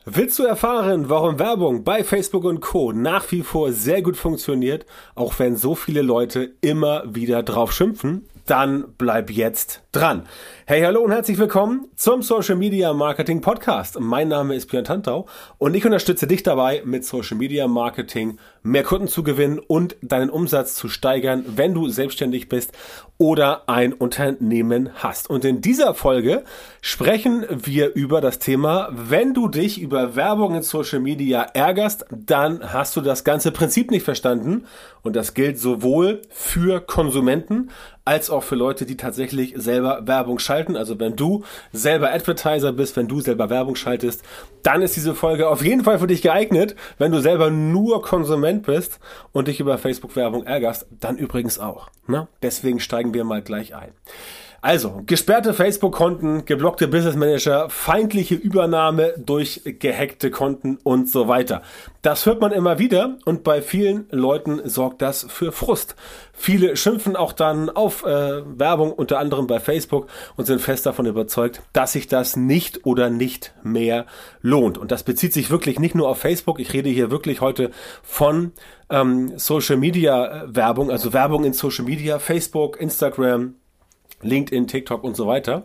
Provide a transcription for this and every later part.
Willst du erfahren, warum Werbung bei Facebook und Co. nach wie vor sehr gut funktioniert, auch wenn so viele Leute immer wieder drauf schimpfen? Dann bleib jetzt dran. Hey, hallo und herzlich willkommen zum Social Media Marketing Podcast. Mein Name ist Björn Tantau und ich unterstütze dich dabei, mit Social Media Marketing mehr Kunden zu gewinnen und deinen Umsatz zu steigern, wenn du selbstständig bist oder ein Unternehmen hast. Und in dieser Folge sprechen wir über das Thema, wenn du dich über Werbung in Social Media ärgerst, dann hast du das ganze Prinzip nicht verstanden. Und das gilt sowohl für Konsumenten als auch für Leute, die tatsächlich selber Werbung schalten. Also wenn du selber Advertiser bist, wenn du selber Werbung schaltest, dann ist diese Folge auf jeden Fall für dich geeignet. Wenn du selber nur Konsument bist und dich über Facebook-Werbung ärgerst, dann übrigens auch. Ne? Deswegen steigen wir mal gleich ein. Also, gesperrte Facebook-Konten, geblockte Business Manager, feindliche Übernahme durch gehackte Konten und so weiter. Das hört man immer wieder und bei vielen Leuten sorgt das für Frust. Viele schimpfen auch dann auf Werbung, unter anderem bei Facebook, und sind fest davon überzeugt, dass sich das nicht oder nicht mehr lohnt. Und das bezieht sich wirklich nicht nur auf Facebook. Ich rede hier wirklich heute von Social Media Werbung, also Werbung in Social Media, Facebook, Instagram, LinkedIn, TikTok und so weiter.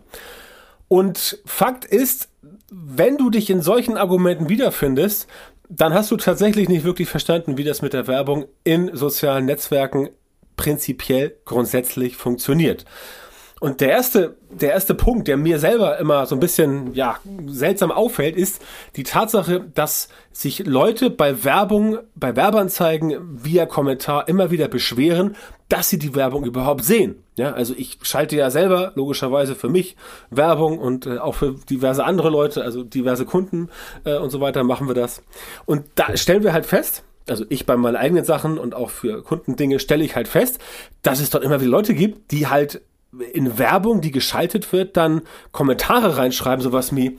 Und Fakt ist, wenn du dich in solchen Argumenten wiederfindest, dann hast du tatsächlich nicht wirklich verstanden, wie das mit der Werbung in sozialen Netzwerken prinzipiell grundsätzlich funktioniert. Und der erste Punkt, der mir selber immer so ein bisschen seltsam auffällt, ist die Tatsache, dass sich Leute bei Werbeanzeigen via Kommentar immer wieder beschweren, dass sie die Werbung überhaupt sehen. Ja, also ich schalte ja selber logischerweise für mich Werbung und auch für diverse andere Leute, also diverse Kunden und so weiter machen wir das. Und da stellen wir halt fest, also ich bei meinen eigenen Sachen und auch für Kundendinge stelle ich halt fest, dass es dort immer wieder Leute gibt, die halt in Werbung, die geschaltet wird, dann Kommentare reinschreiben, sowas wie,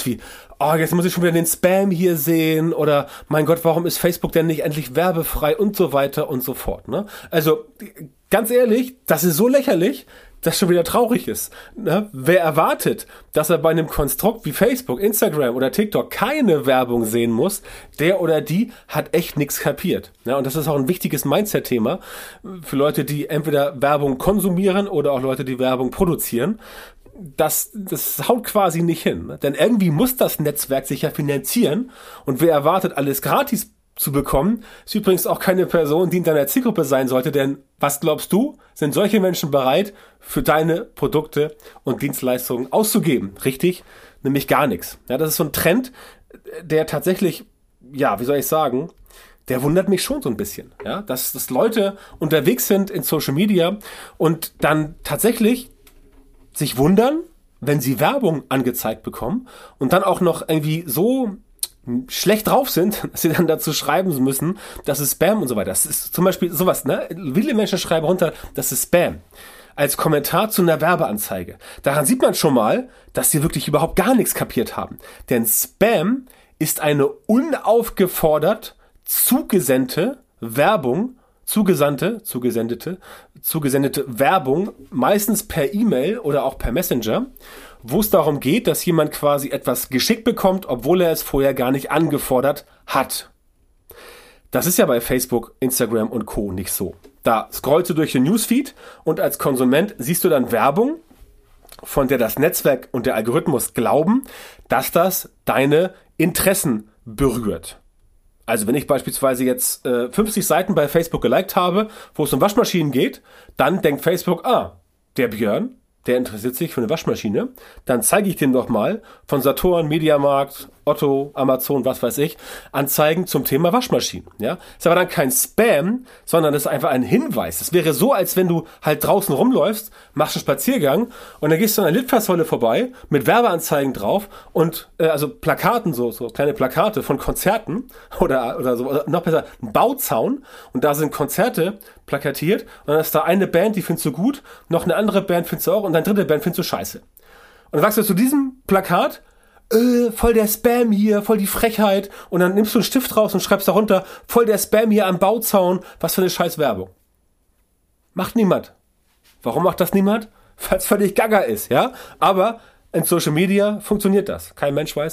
oh, jetzt muss ich schon wieder den Spam hier sehen oder mein Gott, warum ist Facebook denn nicht endlich werbefrei und so weiter und so fort, ne? Also, ganz ehrlich, das ist so lächerlich, dass schon wieder traurig ist. Ne? Wer erwartet, dass er bei einem Konstrukt wie Facebook, Instagram oder TikTok keine Werbung sehen muss, der oder die hat echt nichts kapiert. Ja, und das ist auch ein wichtiges Mindset-Thema für Leute, die entweder Werbung konsumieren oder auch Leute, die Werbung produzieren. Das haut quasi nicht hin. Ne? Denn irgendwie muss das Netzwerk sich ja finanzieren und wer erwartet, alles gratis zu bekommen, ist übrigens auch keine Person, die in deiner Zielgruppe sein sollte, denn was glaubst du, sind solche Menschen bereit, für deine Produkte und Dienstleistungen auszugeben? Richtig? Nämlich gar nichts. Ja, das ist so ein Trend, der tatsächlich, wie soll ich sagen, der wundert mich schon so ein bisschen, ja, dass Leute unterwegs sind in Social Media und dann tatsächlich sich wundern, wenn sie Werbung angezeigt bekommen und dann auch noch irgendwie so schlecht drauf sind, dass sie dann dazu schreiben müssen, das ist Spam und so weiter. Das ist zum Beispiel sowas, ne? Viele Menschen schreiben runter, das ist Spam. Als Kommentar zu einer Werbeanzeige. Daran sieht man schon mal, dass sie wirklich überhaupt gar nichts kapiert haben. Denn Spam ist eine unaufgefordert zugesendete Werbung, zugesendete Werbung, meistens per E-Mail oder auch per Messenger, wo es darum geht, dass jemand quasi etwas geschickt bekommt, obwohl er es vorher gar nicht angefordert hat. Das ist ja bei Facebook, Instagram und Co. nicht so. Da scrollst du durch den Newsfeed und als Konsument siehst du dann Werbung, von der das Netzwerk und der Algorithmus glauben, dass das deine Interessen berührt. Also wenn ich beispielsweise jetzt 50 Seiten bei Facebook geliked habe, wo es um Waschmaschinen geht, dann denkt Facebook, der Björn, der interessiert sich für eine Waschmaschine, dann zeige ich dem doch mal von Saturn, Mediamarkt, Otto, Amazon, was weiß ich, Anzeigen zum Thema Waschmaschinen. Ja? Ist aber dann kein Spam, sondern das ist einfach ein Hinweis. Es wäre so, als wenn du halt draußen rumläufst, machst einen Spaziergang und dann gehst du an einer Litfaßsäule vorbei mit Werbeanzeigen drauf und also Plakaten, so kleine Plakate von Konzerten oder so, oder noch besser, ein Bauzaun und da sind Konzerte plakatiert und dann ist da eine Band, die findest du gut, noch eine andere Band findest du auch und eine dritte Band findest du scheiße. Und dann sagst du zu diesem Plakat, voll der Spam hier, voll die Frechheit. Und dann nimmst du einen Stift raus und schreibst darunter, voll der Spam hier am Bauzaun. Was für eine scheiß Werbung. Macht niemand. Warum macht das niemand? Weil es völlig gaga ist, ja? Aber in Social Media funktioniert das. Kein Mensch weiß,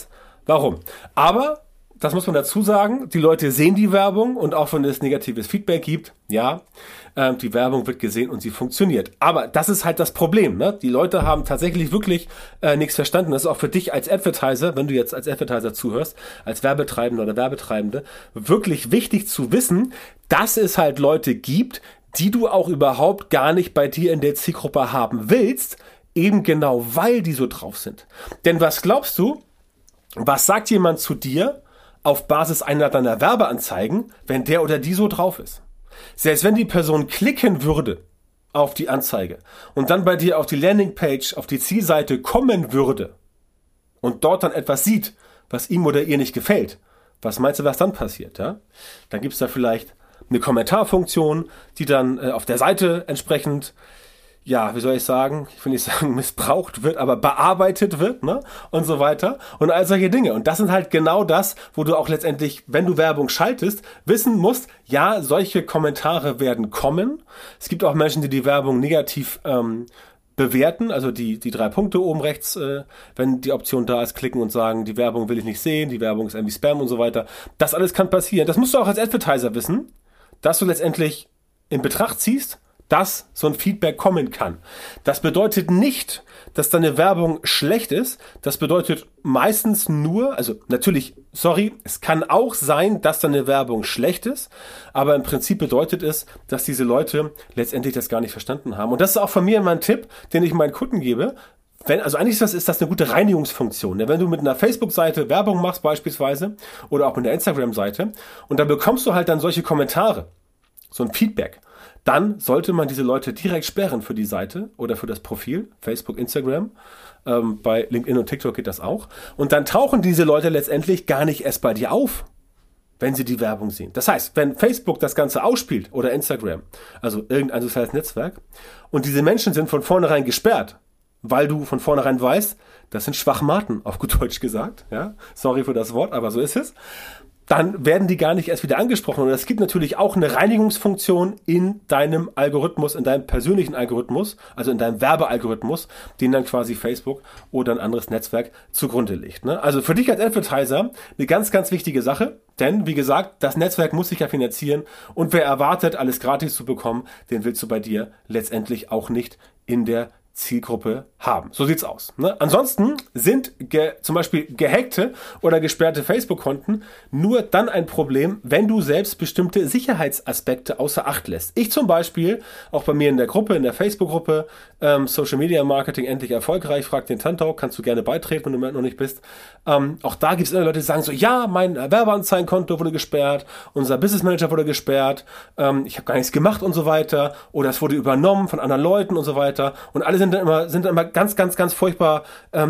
Warum? Aber das muss man dazu sagen, die Leute sehen die Werbung und auch wenn es negatives Feedback gibt, ja, die Werbung wird gesehen und sie funktioniert. Aber das ist halt das Problem, ne? Die Leute haben tatsächlich wirklich nichts verstanden. Das ist auch für dich als Advertiser, wenn du jetzt als Advertiser zuhörst, als Werbetreibender oder Werbetreibende, wirklich wichtig zu wissen, dass es halt Leute gibt, die du auch überhaupt gar nicht bei dir in der Zielgruppe haben willst, eben genau weil die so drauf sind. Denn was glaubst du, was sagt jemand zu dir auf Basis einer deiner Werbeanzeigen, wenn der oder die so drauf ist? Selbst wenn die Person klicken würde auf die Anzeige und dann bei dir auf die Landingpage, auf die Zielseite kommen würde und dort dann etwas sieht, was ihm oder ihr nicht gefällt, was meinst du, was dann passiert? Ja? Dann gibt es da vielleicht eine Kommentarfunktion, die dann auf der Seite entsprechend, ja, wie soll ich sagen, ich will nicht sagen missbraucht wird, aber bearbeitet wird, ne, und so weiter und all solche Dinge. Und das sind halt genau das, wo du auch letztendlich, wenn du Werbung schaltest, wissen musst, ja, solche Kommentare werden kommen. Es gibt auch Menschen, die die Werbung negativ bewerten, also die 3 Punkte oben rechts, wenn die Option da ist, klicken und sagen, die Werbung will ich nicht sehen, die Werbung ist irgendwie Spam und so weiter. Das alles kann passieren. Das musst du auch als Advertiser wissen, dass du letztendlich in Betracht ziehst, dass so ein Feedback kommen kann. Das bedeutet nicht, dass deine Werbung schlecht ist. Das bedeutet meistens nur, also natürlich, sorry, es kann auch sein, dass deine Werbung schlecht ist, aber im Prinzip bedeutet es, dass diese Leute letztendlich das gar nicht verstanden haben. Und das ist auch von mir immer ein Tipp, den ich meinen Kunden gebe. Also eigentlich ist das eine gute Reinigungsfunktion. Wenn du mit einer Facebook-Seite Werbung machst beispielsweise oder auch mit einer Instagram-Seite und dann bekommst du halt dann solche Kommentare, so ein Feedback, dann sollte man diese Leute direkt sperren für die Seite oder für das Profil, Facebook, Instagram. Bei LinkedIn und TikTok geht das auch. Und dann tauchen diese Leute letztendlich gar nicht erst bei dir auf, wenn sie die Werbung sehen. Das heißt, wenn Facebook das Ganze ausspielt oder Instagram, also irgendein soziales Netzwerk, und diese Menschen sind von vornherein gesperrt, weil du von vornherein weißt, das sind Schwachmaten, auf gut Deutsch gesagt. Ja? Sorry für das Wort, aber so ist es. Dann werden die gar nicht erst wieder angesprochen. Und es gibt natürlich auch eine Reinigungsfunktion in deinem Algorithmus, in deinem persönlichen Algorithmus, also in deinem Werbealgorithmus, den dann quasi Facebook oder ein anderes Netzwerk zugrunde legt. Ne? Also für dich als Advertiser eine ganz, ganz wichtige Sache, denn wie gesagt, das Netzwerk muss sich ja finanzieren und wer erwartet, alles gratis zu bekommen, den willst du bei dir letztendlich auch nicht in der Zielgruppe haben. So sieht's aus. Ne? Ansonsten sind zum Beispiel gehackte oder gesperrte Facebook-Konten nur dann ein Problem, wenn du selbst bestimmte Sicherheitsaspekte außer Acht lässt. Ich zum Beispiel, auch bei mir in der Gruppe, in der Facebook-Gruppe, Social Media Marketing endlich erfolgreich, frag den Tantau, kannst du gerne beitreten, wenn du noch nicht bist. Auch da gibt es immer Leute, die sagen so, ja, mein Werbeanzeigenkonto wurde gesperrt, unser Business Manager wurde gesperrt, ich habe gar nichts gemacht und so weiter, oder es wurde übernommen von anderen Leuten und so weiter und alle sind dann immer ganz, ganz, ganz furchtbar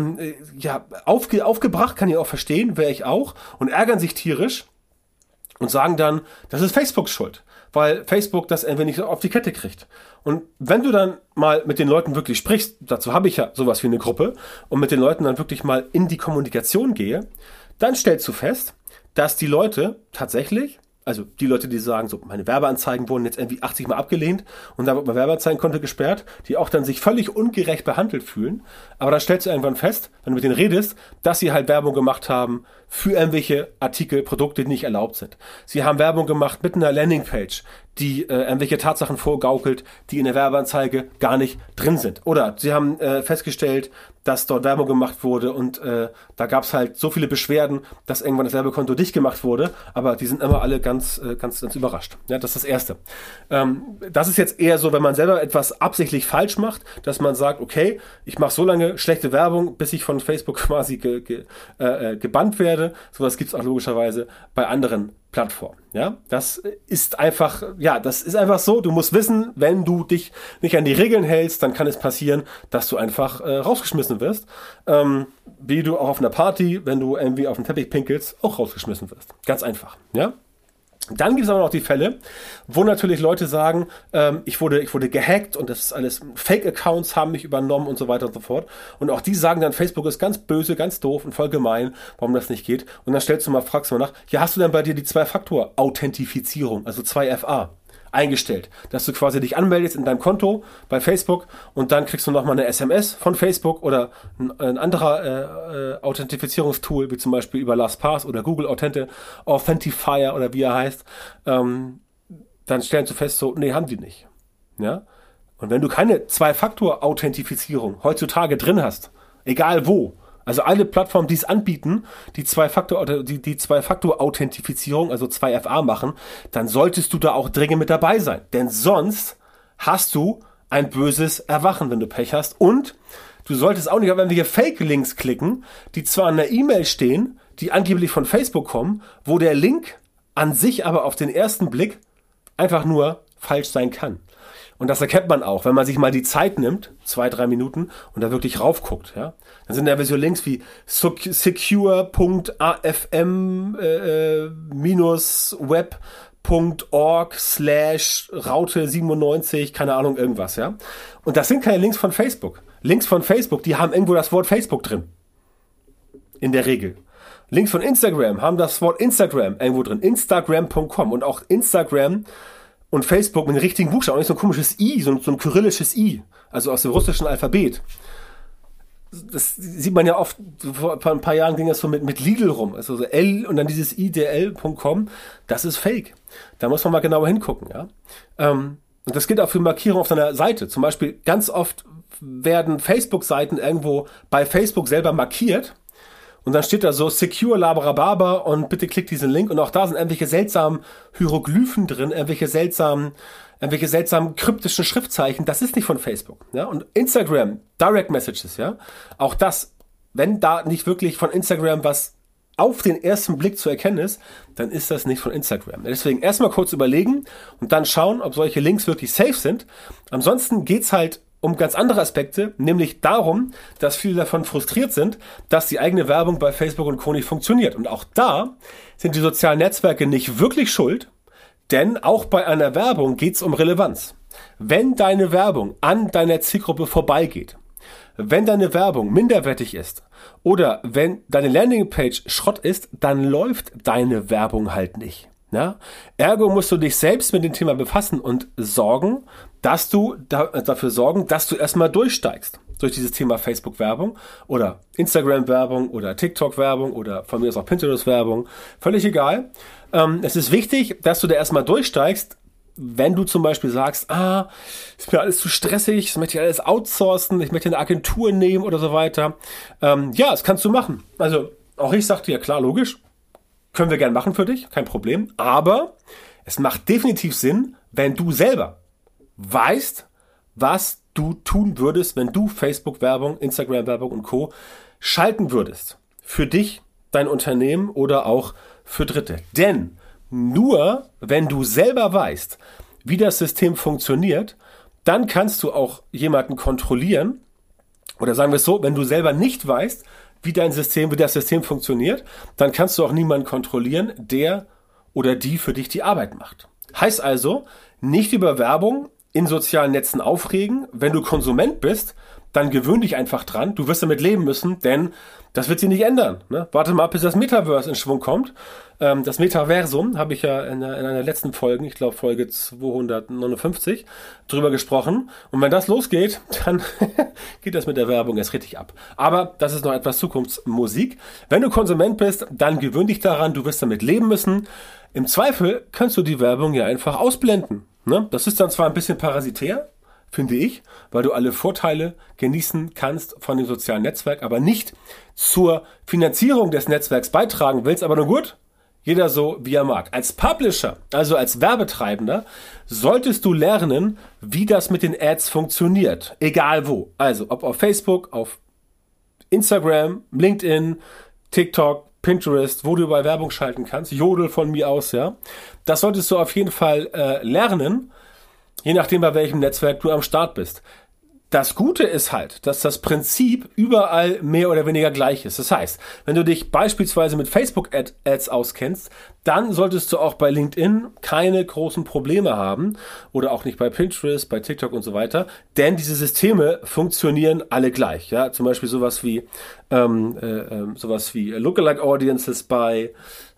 aufgebracht, kann ich auch verstehen, wäre ich auch, und ärgern sich tierisch und sagen dann, das ist Facebooks Schuld, weil Facebook das ein wenig auf die Kette kriegt. Und wenn du dann mal mit den Leuten wirklich sprichst, dazu habe ich ja sowas wie eine Gruppe, und mit den Leuten dann wirklich mal in die Kommunikation gehe, dann stellst du fest, dass die Leute tatsächlich, also die Leute, die sagen, so meine Werbeanzeigen wurden jetzt irgendwie 80 Mal abgelehnt und da wird mein Werbeanzeigenkonto gesperrt, die auch dann sich völlig ungerecht behandelt fühlen. Aber dann stellst du irgendwann fest, wenn du mit denen redest, dass sie halt Werbung gemacht haben für irgendwelche Artikel, Produkte, die nicht erlaubt sind. Sie haben Werbung gemacht mit einer Landingpage, die irgendwelche Tatsachen vorgaukelt, die in der Werbeanzeige gar nicht drin sind. Oder sie haben festgestellt, dass dort Werbung gemacht wurde und da gab es halt so viele Beschwerden, dass irgendwann das Werbekonto dicht gemacht wurde, aber die sind immer alle ganz überrascht. Ja, das ist das Erste. Das ist jetzt eher so, wenn man selber etwas absichtlich falsch macht, dass man sagt, okay, ich mache so lange schlechte Werbung, bis ich von Facebook quasi gebannt werde. Sowas gibt es auch logischerweise bei anderen Plattform. Ja, das ist einfach so. Du musst wissen, wenn du dich nicht an die Regeln hältst, dann kann es passieren, dass du einfach rausgeschmissen wirst. Wie du auch auf einer Party, wenn du irgendwie auf den Teppich pinkelst, auch rausgeschmissen wirst. Ganz einfach. Ja. Dann gibt es aber noch die Fälle, wo natürlich Leute sagen, ich wurde gehackt und das ist alles Fake-Accounts haben mich übernommen und so weiter und so fort. Und auch die sagen dann, Facebook ist ganz böse, ganz doof und voll gemein, warum das nicht geht. Und dann fragst du mal nach, ja, hast du denn bei dir die 2-Faktor-Authentifizierung, also 2FA? eingestellt, dass du quasi dich anmeldest in deinem Konto bei Facebook und dann kriegst du nochmal eine SMS von Facebook oder ein anderer Authentifizierungstool, wie zum Beispiel über LastPass oder Google Authentifier oder wie er heißt, dann stellen sie fest, so, nee, haben die nicht. Ja? Und wenn du keine Zwei-Faktor-Authentifizierung heutzutage drin hast, egal wo, also alle Plattformen, die es anbieten, die Zwei-Faktor-Authentifizierung, also 2FA machen, dann solltest du da auch dringend mit dabei sein. Denn sonst hast du ein böses Erwachen, wenn du Pech hast. Und du solltest auch nicht auf irgendwelche Fake-Links klicken, die zwar in der E-Mail stehen, die angeblich von Facebook kommen, wo der Link an sich aber auf den ersten Blick einfach nur falsch sein kann. Und das erkennt man auch, wenn man sich mal die Zeit nimmt, 2-3 Minuten, und da wirklich raufguckt. Ja? Dann sind da so Links wie secure.afm-web.org/Raute97, keine Ahnung, irgendwas. Ja? Und das sind keine Links von Facebook. Links von Facebook, die haben irgendwo das Wort Facebook drin. In der Regel. Links von Instagram haben das Wort Instagram irgendwo drin. Instagram.com. Und auch Instagram und Facebook mit den richtigen Buchstaben, nicht so ein komisches I, so ein kyrillisches I, also aus dem russischen Alphabet. Das sieht man ja oft, vor ein paar Jahren ging das so mit Lidl rum, also so L und dann dieses idl.com, das ist Fake. Da muss man mal genauer hingucken. Ja? Und das gilt auch für Markierungen auf deiner Seite. Zum Beispiel ganz oft werden Facebook-Seiten irgendwo bei Facebook selber markiert. Und dann steht da so, secure labarababa und bitte klickt diesen Link. Und auch da sind irgendwelche seltsamen Hieroglyphen drin, irgendwelche seltsamen kryptischen Schriftzeichen. Das ist nicht von Facebook. Ja? Und Instagram, Direct Messages, ja, auch das, wenn da nicht wirklich von Instagram was auf den ersten Blick zu erkennen ist, dann ist das nicht von Instagram. Deswegen erstmal kurz überlegen und dann schauen, ob solche Links wirklich safe sind. Ansonsten geht's halt um ganz andere Aspekte, nämlich darum, dass viele davon frustriert sind, dass die eigene Werbung bei Facebook und Co. nicht funktioniert. Und auch da sind die sozialen Netzwerke nicht wirklich schuld, denn auch bei einer Werbung geht es um Relevanz. Wenn deine Werbung an deiner Zielgruppe vorbeigeht, wenn deine Werbung minderwertig ist oder wenn deine Landingpage Schrott ist, dann läuft deine Werbung halt nicht. Ja? Ergo musst du dich selbst mit dem Thema befassen und dafür sorgen, dass du erstmal durchsteigst durch dieses Thema Facebook-Werbung oder Instagram-Werbung oder TikTok-Werbung oder von mir aus auch Pinterest-Werbung. Völlig egal. Es ist wichtig, dass du da erstmal durchsteigst, wenn du zum Beispiel sagst, ist mir alles zu stressig, ich möchte alles outsourcen, ich möchte eine Agentur nehmen oder so weiter. Ja, das kannst du machen. Also auch ich sagte ja klar, logisch, können wir gern machen für dich, kein Problem. Aber es macht definitiv Sinn, wenn du selber weißt, was du tun würdest, wenn du Facebook-Werbung, Instagram-Werbung und Co. schalten würdest. Für dich, dein Unternehmen oder auch für Dritte. Denn nur wenn du selber weißt, wie das System funktioniert, dann kannst du auch jemanden kontrollieren. Oder sagen wir es so, wenn du selber nicht weißt, wie das System funktioniert, dann kannst du auch niemanden kontrollieren, der oder die für dich die Arbeit macht. Heißt also, nicht über Werbung in sozialen Netzen aufregen. Wenn du Konsument bist, dann gewöhn dich einfach dran. Du wirst damit leben müssen, denn das wird sich nicht ändern. Ne? Warte mal ab, bis das Metaverse in Schwung kommt. Das Metaversum habe ich ja in einer letzten Folge, ich glaube Folge 259, drüber gesprochen. Und wenn das losgeht, dann geht das mit der Werbung erst richtig ab. Aber das ist noch etwas Zukunftsmusik. Wenn du Konsument bist, dann gewöhn dich daran, du wirst damit leben müssen. Im Zweifel kannst du die Werbung ja einfach ausblenden. Ne? Das ist dann zwar ein bisschen parasitär, finde ich, weil du alle Vorteile genießen kannst von dem sozialen Netzwerk, aber nicht zur Finanzierung des Netzwerks beitragen willst, aber nur gut, jeder so, wie er mag. Als Publisher, also als Werbetreibender, solltest du lernen, wie das mit den Ads funktioniert, egal wo. Also ob auf Facebook, auf Instagram, LinkedIn, TikTok, Pinterest, wo du überall Werbung schalten kannst, Jodel von mir aus, ja. Das solltest du auf jeden Fall lernen, je nachdem, bei welchem Netzwerk du am Start bist. Das Gute ist halt, dass das Prinzip überall mehr oder weniger gleich ist. Das heißt, wenn du dich beispielsweise mit Facebook-Ads auskennst, dann solltest du auch bei LinkedIn keine großen Probleme haben oder auch nicht bei Pinterest, bei TikTok und so weiter, denn diese Systeme funktionieren alle gleich. Ja, zum Beispiel sowas wie Lookalike Audiences bei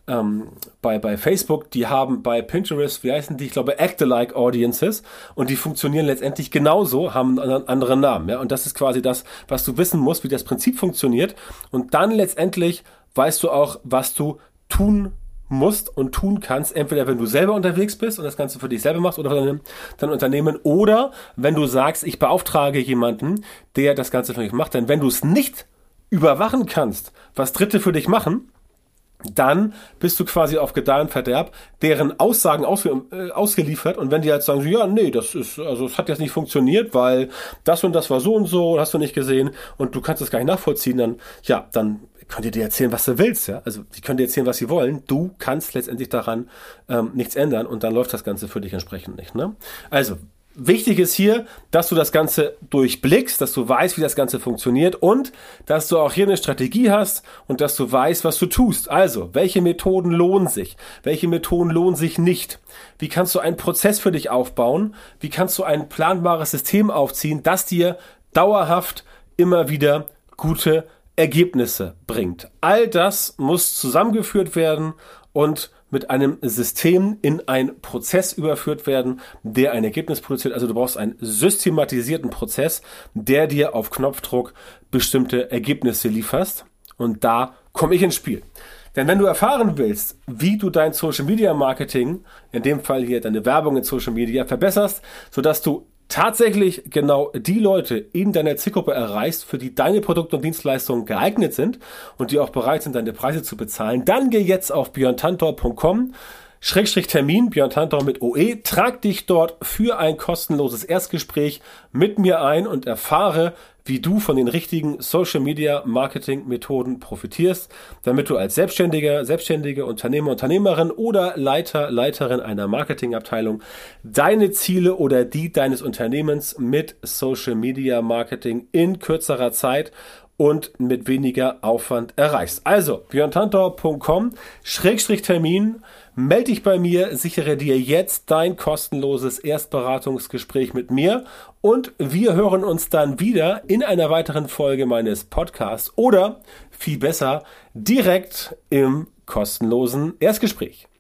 bei Facebook, die haben bei Pinterest, wie heißen die? Ich glaube, Act-alike Audiences, und die funktionieren letztendlich genauso, haben einen anderen Namen. Ja? Und das ist quasi das, was du wissen musst, wie das Prinzip funktioniert. Und dann letztendlich weißt du auch, was du tun musst und tun kannst, entweder wenn du selber unterwegs bist und das Ganze für dich selber machst oder für dein Unternehmen, oder wenn du sagst, ich beauftrage jemanden, der das Ganze für mich macht. Denn wenn du es nicht überwachen kannst, was Dritte für dich machen, dann bist du quasi auf Gedeih und Verderb deren Aussagen ausgeliefert, und wenn die halt sagen, ja, nee, es hat jetzt nicht funktioniert, weil das und das war so und so, hast du nicht gesehen, und du kannst es gar nicht nachvollziehen, dann könnt ihr dir erzählen, was du willst, ja, also die können dir erzählen, was sie wollen, du kannst letztendlich daran nichts ändern, und dann läuft das Ganze für dich entsprechend nicht, ne? Also, wichtig ist hier, dass du das Ganze durchblickst, dass du weißt, wie das Ganze funktioniert, und dass du auch hier eine Strategie hast und dass du weißt, was du tust. Also, welche Methoden lohnen sich? Welche Methoden lohnen sich nicht? Wie kannst du einen Prozess für dich aufbauen? Wie kannst du ein planbares System aufziehen, das dir dauerhaft immer wieder gute Ergebnisse bringt? All das muss zusammengeführt werden und mit einem System in einen Prozess überführt werden, der ein Ergebnis produziert. Also du brauchst einen systematisierten Prozess, der dir auf Knopfdruck bestimmte Ergebnisse liefert. Und da komme ich ins Spiel. Denn wenn du erfahren willst, wie du dein Social Media Marketing, in dem Fall hier deine Werbung in Social Media, verbesserst, sodass du tatsächlich genau die Leute in deiner Zielgruppe erreichst, für die deine Produkte und Dienstleistungen geeignet sind und die auch bereit sind, deine Preise zu bezahlen, dann geh jetzt auf björntantor.com/Termin, Björn Tantor mit OE, trag dich dort für ein kostenloses Erstgespräch mit mir ein und erfahre, wie du von den richtigen Social Media Marketing Methoden profitierst, damit du als Selbstständige, Unternehmer, Unternehmerin oder Leiterin einer Marketingabteilung deine Ziele oder die deines Unternehmens mit Social Media Marketing in kürzerer Zeit und mit weniger Aufwand erreichst. Also, björntantor.com/Termin, melde dich bei mir, sichere dir jetzt dein kostenloses Erstberatungsgespräch mit mir, und wir hören uns dann wieder in einer weiteren Folge meines Podcasts oder viel besser direkt im kostenlosen Erstgespräch.